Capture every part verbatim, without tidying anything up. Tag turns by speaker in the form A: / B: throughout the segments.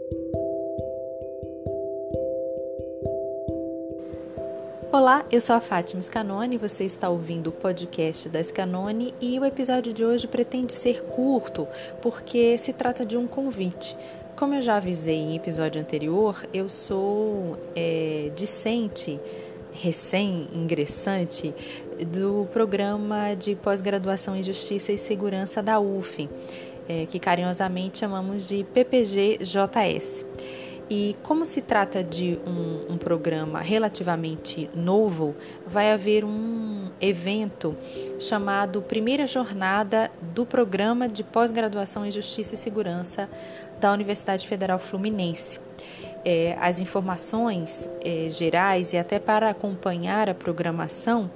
A: Olá, eu sou a Fátima Scanoni, você está ouvindo o podcast da Scanoni e o episódio de hoje pretende ser curto porque se trata de um convite. Como eu já avisei em episódio anterior, eu sou é, discente, recém-ingressante do programa de pós-graduação em Justiça e Segurança da U F, é, que carinhosamente chamamos de P P G J S. E como se trata de um, um programa relativamente novo, vai haver um evento chamado Primeira Jornada do Programa de Pós-Graduação em Justiça e Segurança da Universidade Federal Fluminense. É, as informações é, gerais e até para acompanhar a programação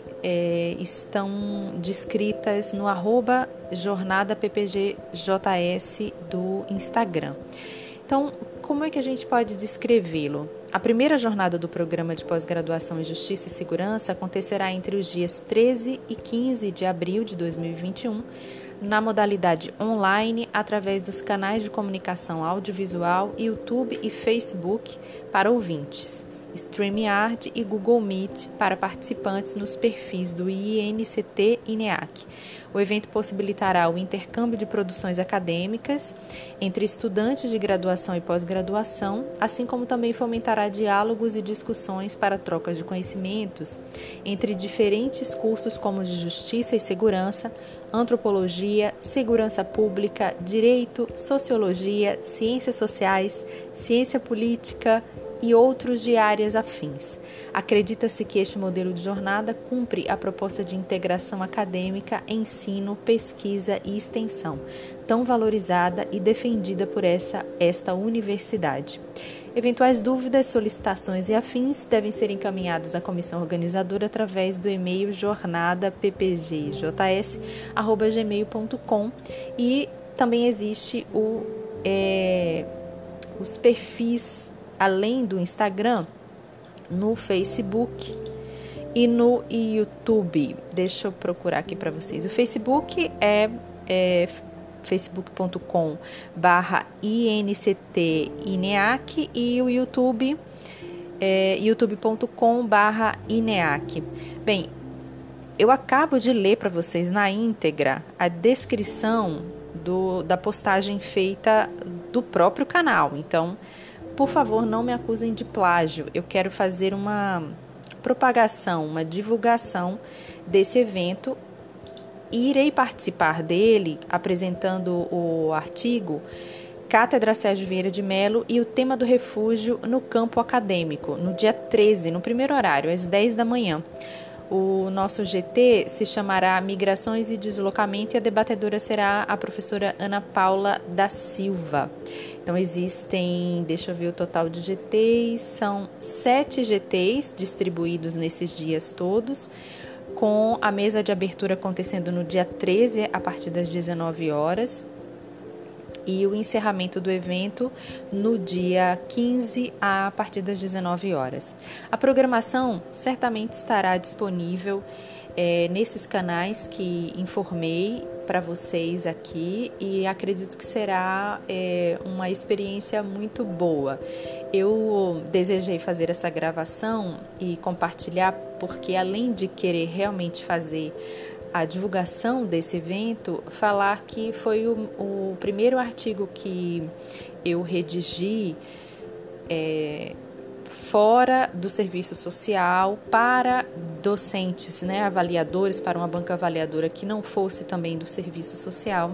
A: é, estão descritas no arroba jornada P P G J S do Instagram. Então, como é que a gente pode descrevê-lo? A primeira jornada do Programa de Pós-Graduação em Justiça e Segurança acontecerá entre os dias treze e quinze de abril de dois mil e vinte e um, na modalidade online, através dos canais de comunicação audiovisual, YouTube e Facebook para ouvintes, StreamYard e Google Meet para participantes nos perfis do I N C T e INEAC. O evento possibilitará o intercâmbio de produções acadêmicas entre estudantes de graduação e pós-graduação, assim como também fomentará diálogos e discussões para trocas de conhecimentos entre diferentes cursos como de Justiça e Segurança, Antropologia, Segurança Pública, Direito, Sociologia, Ciências Sociais, Ciência Política e outros de áreas afins. Acredita-se que este modelo de jornada cumpre a proposta de integração acadêmica, ensino, pesquisa e extensão, tão valorizada e defendida por essa, esta universidade. Eventuais dúvidas, solicitações e afins devem ser encaminhados à comissão organizadora através do e-mail jornada p p g j s arroba gmail ponto com e também existe o, é, os perfis além do Instagram, no Facebook e no YouTube. Deixa eu procurar aqui para vocês. O Facebook é, é facebook ponto com barra I N C T INEAC e o YouTube é youtube ponto com barra INEAC. Bem, eu acabo de ler para vocês na íntegra a descrição do, da postagem feita do próprio canal. Então, por favor, não me acusem de plágio. Eu quero fazer uma propagação, uma divulgação desse evento. Irei participar dele apresentando o artigo Cátedra Sérgio Vieira de Mello e o tema do refúgio no campo acadêmico, no dia treze, no primeiro horário, às dez da manhã. O nosso G T se chamará Migrações e Deslocamento e a debatedora será a professora Ana Paula da Silva. Então, existem, deixa eu ver o total de G Ts, são sete G Ts distribuídos nesses dias todos, com a mesa de abertura acontecendo no dia treze, a partir das dezenove horas, e o encerramento do evento no dia quinze, a partir das dezenove horas. A programação certamente estará disponível é, nesses canais que informei para vocês aqui e acredito que será é, uma experiência muito boa. Eu desejei fazer essa gravação e compartilhar porque, além de querer realmente fazer a divulgação desse evento, falar que foi o, o primeiro artigo que eu redigi é, fora do serviço social para docentes, né, avaliadores, para uma banca avaliadora que não fosse também do serviço social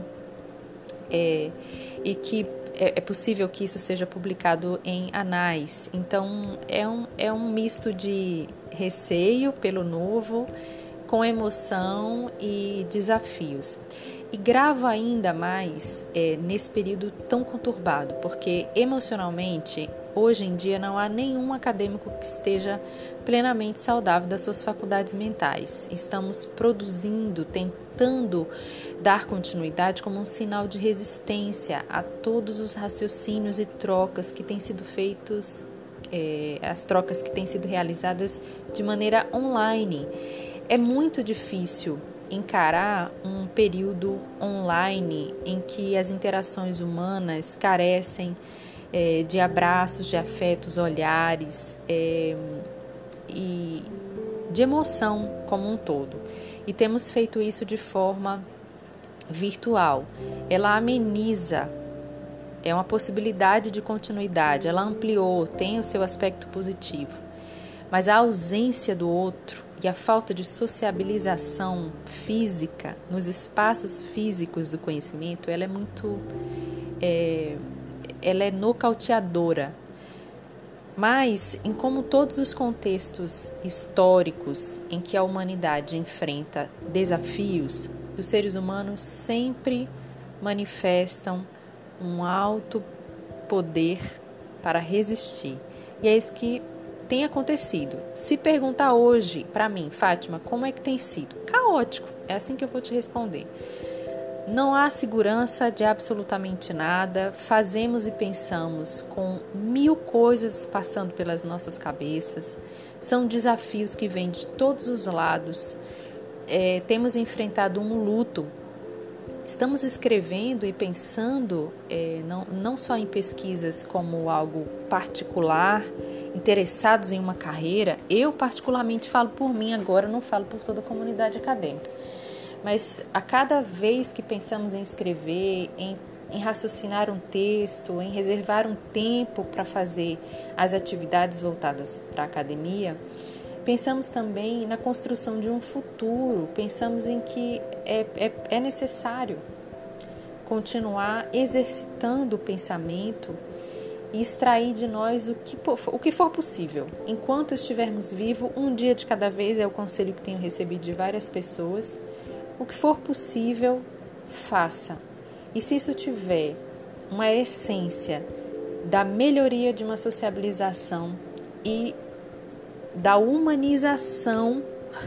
A: é, e que é, é possível que isso seja publicado em anais. Então, é um, é um misto de receio pelo novo, com emoção e desafios. E gravo ainda mais é, nesse período tão conturbado, porque emocionalmente, hoje em dia, não há nenhum acadêmico que esteja plenamente saudável das suas faculdades mentais. Estamos produzindo, tentando dar continuidade como um sinal de resistência a todos os raciocínios e trocas que têm sido feitos, é, as trocas que têm sido realizadas de maneira online. É muito difícil encarar um período online em que as interações humanas carecem é, de abraços, de afetos, olhares é, e de emoção como um todo. E temos feito isso de forma virtual. Ela ameniza, é uma possibilidade de continuidade, ela ampliou, tem o seu aspecto positivo. Mas a ausência do outro e a falta de sociabilização física nos espaços físicos do conhecimento, ela é muito, é, ela é nocauteadora. Mas, em como todos os contextos históricos em que a humanidade enfrenta desafios, os seres humanos sempre manifestam um alto poder para resistir. E é isso que tem acontecido. Se perguntar hoje para mim, Fátima, como é que tem sido? Caótico. É assim que eu vou te responder. Não há segurança de absolutamente nada. Fazemos e pensamos com mil coisas passando pelas nossas cabeças. São desafios que vêm de todos os lados. É, temos enfrentado um luto. Estamos escrevendo e pensando é, não, não só em pesquisas como algo particular, interessados em uma carreira. Eu particularmente falo por mim agora, não falo por toda a comunidade acadêmica. Mas a cada vez que pensamos em escrever, em, em raciocinar um texto, em reservar um tempo para fazer as atividades voltadas para a academia, pensamos também na construção de um futuro, pensamos em que é, é, é necessário continuar exercitando o pensamento e extrair de nós o que, o que for possível. Enquanto estivermos vivos, um dia de cada vez, é o conselho que tenho recebido de várias pessoas, o que for possível, faça. E se isso tiver uma essência da melhoria de uma sociabilização e da humanização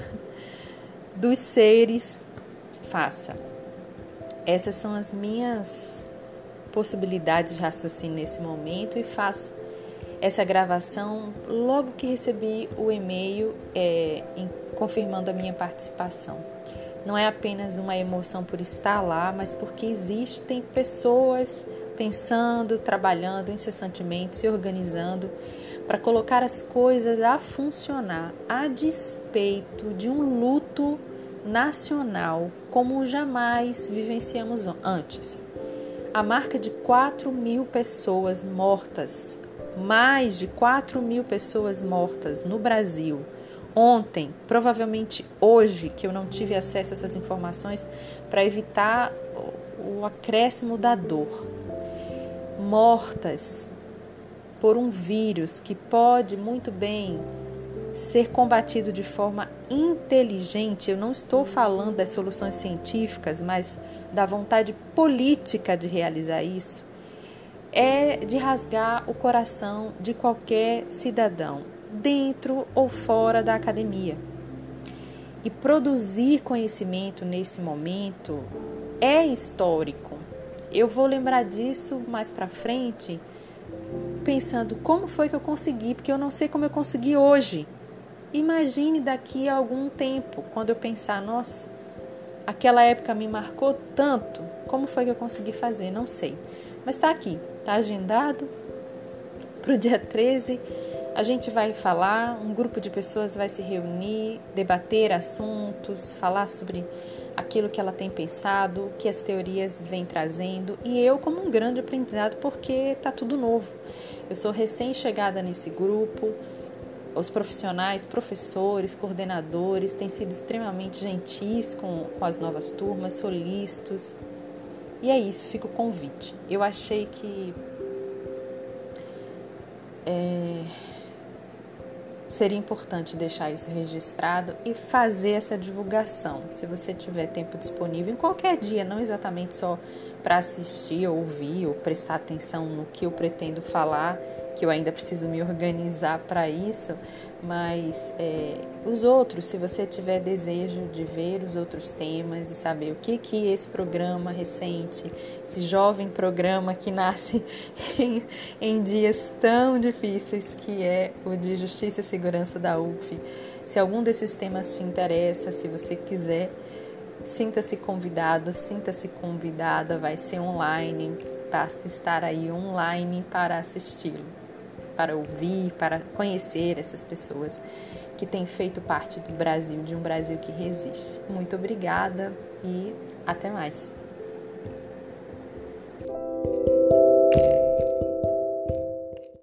A: dos seres, faça. Essas são as minhas possibilidades de raciocínio nesse momento e faço essa gravação logo que recebi o e-mail é, em, confirmando a minha participação. Não é apenas uma emoção por estar lá, mas porque existem pessoas pensando, trabalhando incessantemente, se organizando para colocar as coisas a funcionar a despeito de um luto nacional como jamais vivenciamos antes. A marca de quatro mil pessoas mortas, mais de quatro mil pessoas mortas no Brasil, ontem, provavelmente hoje, que eu não tive acesso a essas informações, para evitar o acréscimo da dor. Mortas por um vírus que pode muito bem ser combatido de forma inteligente. Eu não estou falando das soluções científicas, mas da vontade política de realizar isso, é de rasgar o coração de qualquer cidadão, dentro ou fora da academia. E produzir conhecimento nesse momento é histórico. Eu vou lembrar disso mais para frente, pensando como foi que eu consegui, porque eu não sei como eu consegui hoje. Imagine daqui a algum tempo, quando eu pensar, nossa, aquela época me marcou tanto, como foi que eu consegui fazer? Não sei. Mas está aqui, está agendado para o dia treze. A gente vai falar, um grupo de pessoas vai se reunir, debater assuntos, falar sobre aquilo que ela tem pensado, que as teorias vêm trazendo, e eu como um grande aprendizado, porque está tudo novo. Eu sou recém-chegada nesse grupo, os profissionais, professores, coordenadores têm sido extremamente gentis com, com as novas turmas, solícitos, e é isso, fica o convite. Eu achei que é, seria importante deixar isso registrado e fazer essa divulgação, se você tiver tempo disponível, em qualquer dia, não exatamente só para assistir, ouvir ou prestar atenção no que eu pretendo falar, que eu ainda preciso me organizar para isso, mas é, os outros, se você tiver desejo de ver os outros temas e saber o que que esse programa recente, esse jovem programa que nasce em, em dias tão difíceis, que é o de Justiça e Segurança da U F, se algum desses temas te interessa, se você quiser, sinta-se convidado, sinta-se convidada, vai ser online. basta estar aí online para assisti-lo, para ouvir, para conhecer essas pessoas que têm feito parte do Brasil, de um Brasil que resiste. Muito obrigada e até mais.